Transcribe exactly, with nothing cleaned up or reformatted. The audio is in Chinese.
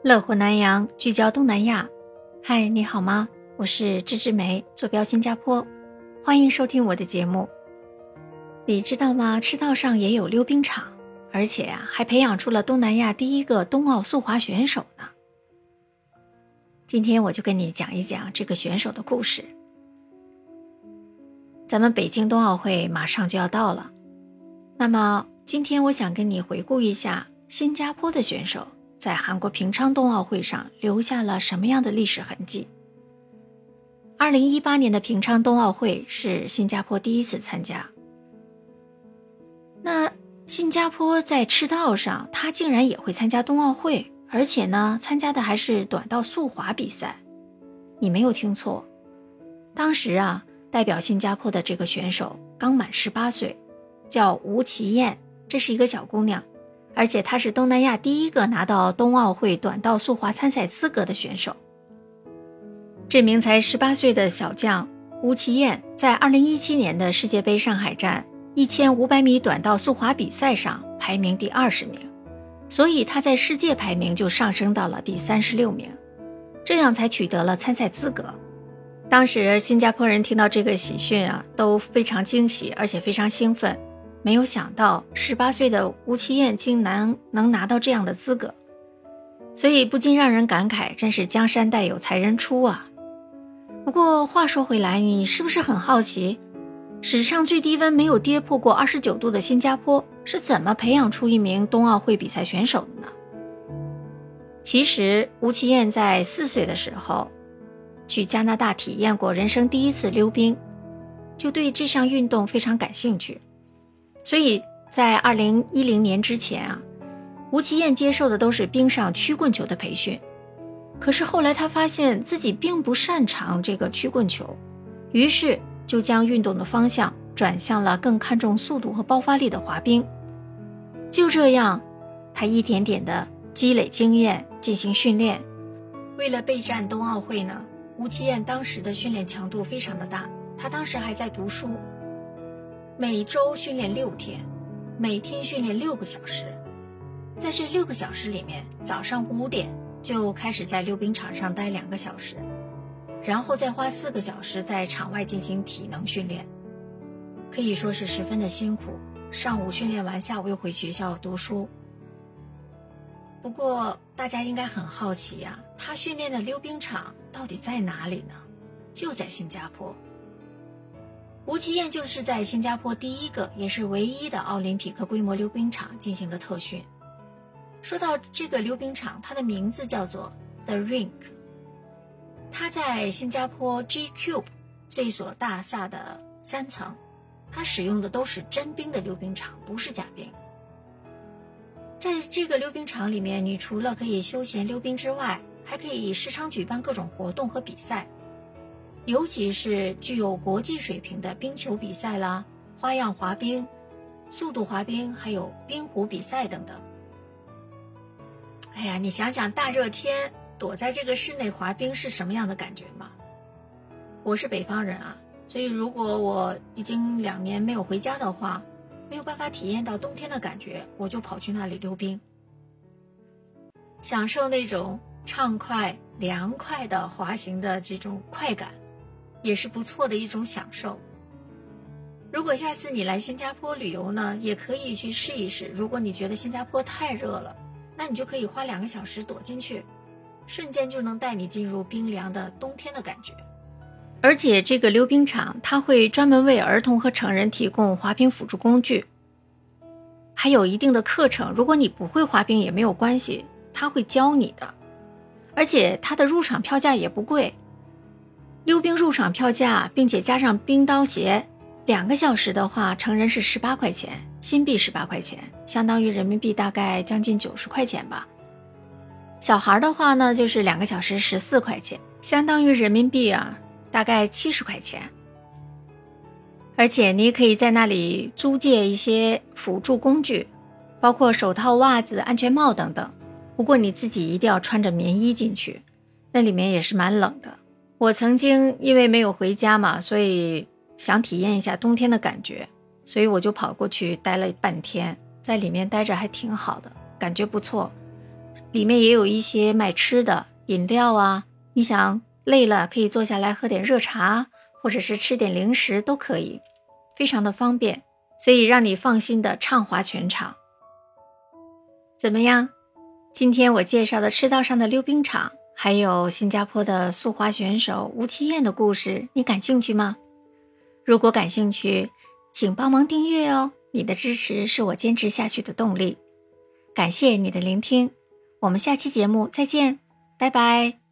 乐活南洋，聚焦东南亚。嗨，你好吗？我是芝芝梅，坐标新加坡，欢迎收听我的节目。你知道吗？赤道上也有溜冰场，而且啊，还培养出了东南亚第一个冬奥速滑选手呢。今天我就跟你讲一讲这个选手的故事。咱们北京冬奥会马上就要到了，那么今天我想跟你回顾一下新加坡的选手在韩国平昌冬奥会上留下了什么样的历史痕迹。二零一八年的平昌冬奥会是新加坡第一次参加。那新加坡在赤道上，它竟然也会参加冬奥会，而且呢，参加的还是短道速滑比赛。你没有听错，当时啊，代表新加坡的这个选手刚满十八岁，叫吴奇燕，这是一个小姑娘。而且她是东南亚第一个拿到冬奥会短道速滑参赛资格的选手。这名才十八岁的小将吴奇燕在二零一七年的世界杯上海站一千五百米短道速滑比赛上排名第二十名，所以她在世界排名就上升到了第三十六名，这样才取得了参赛资格。当时新加坡人听到这个喜讯啊，都非常惊喜，而且非常兴奋。没有想到十八岁的吴奇燕竟然能拿到这样的资格，所以不禁让人感慨，真是江山代有才人出啊。不过话说回来，你是不是很好奇，史上最低温没有跌破过二十九度的新加坡是怎么培养出一名冬奥会比赛选手的呢？其实吴奇燕在四岁的时候去加拿大体验过人生第一次溜冰，就对这项运动非常感兴趣。所以在二零一零年之前啊，吴奇燕接受的都是冰上曲棍球的培训。可是后来他发现自己并不擅长这个曲棍球，于是就将运动的方向转向了更看重速度和爆发力的滑冰。就这样，他一点点的积累经验，进行训练。为了备战冬奥会呢，吴奇燕当时的训练强度非常的大，他当时还在读书。每周训练六天，每天训练六个小时。在这六个小时里面，早上五点就开始在溜冰场上待两个小时，然后再花四个小时在场外进行体能训练，可以说是十分的辛苦。上午训练完，下午又回学校读书。不过大家应该很好奇呀、啊，他训练的溜冰场到底在哪里呢？就在新加坡。吴奇燕就是在新加坡第一个也是唯一的奥林匹克规模溜冰场进行了特训。说到这个溜冰场，它的名字叫做 The Rink， 它在新加坡 G Cube 这所大厦的三层，它使用的都是真冰的溜冰场，不是假冰。在这个溜冰场里面，你除了可以休闲溜冰之外，还可以时常举办各种活动和比赛，尤其是具有国际水平的冰球比赛啦、花样滑冰、速度滑冰，还有冰壶比赛等等。哎呀，你想想大热天躲在这个室内滑冰是什么样的感觉吗？我是北方人啊，所以如果我已经两年没有回家的话，没有办法体验到冬天的感觉，我就跑去那里溜冰，享受那种畅快凉快的滑行的这种快感，也是不错的一种享受。如果下次你来新加坡旅游呢，也可以去试一试。如果你觉得新加坡太热了，那你就可以花两个小时躲进去，瞬间就能带你进入冰凉的冬天的感觉。而且这个溜冰场它会专门为儿童和成人提供滑冰辅助工具，还有一定的课程，如果你不会滑冰也没有关系，他会教你的。而且它的入场票价也不贵，溜冰入场票价并且加上冰刀鞋，两个小时的话，成人是十八块钱，新币十八块钱，相当于人民币大概将近九十块钱吧。小孩的话呢，就是两个小时十四块钱，相当于人民币啊，大概七十块钱。而且你可以在那里租借一些辅助工具，包括手套、袜子、安全帽等等。不过你自己一定要穿着棉衣进去，那里面也是蛮冷的。我曾经因为没有回家嘛，所以想体验一下冬天的感觉，所以我就跑过去待了半天，在里面待着还挺好的，感觉不错。 里面也有一些卖吃的饮料啊，你想累了可以坐下来喝点热茶，或者是吃点零食都可以，非常的方便，所以让你放心的畅滑全场。怎么样？今天我介绍的赤道上的溜冰场，还有新加坡的速滑选手吴奇燕的故事，你感兴趣吗？如果感兴趣，请帮忙订阅哦，你的支持是我坚持下去的动力。感谢你的聆听，我们下期节目再见，拜拜。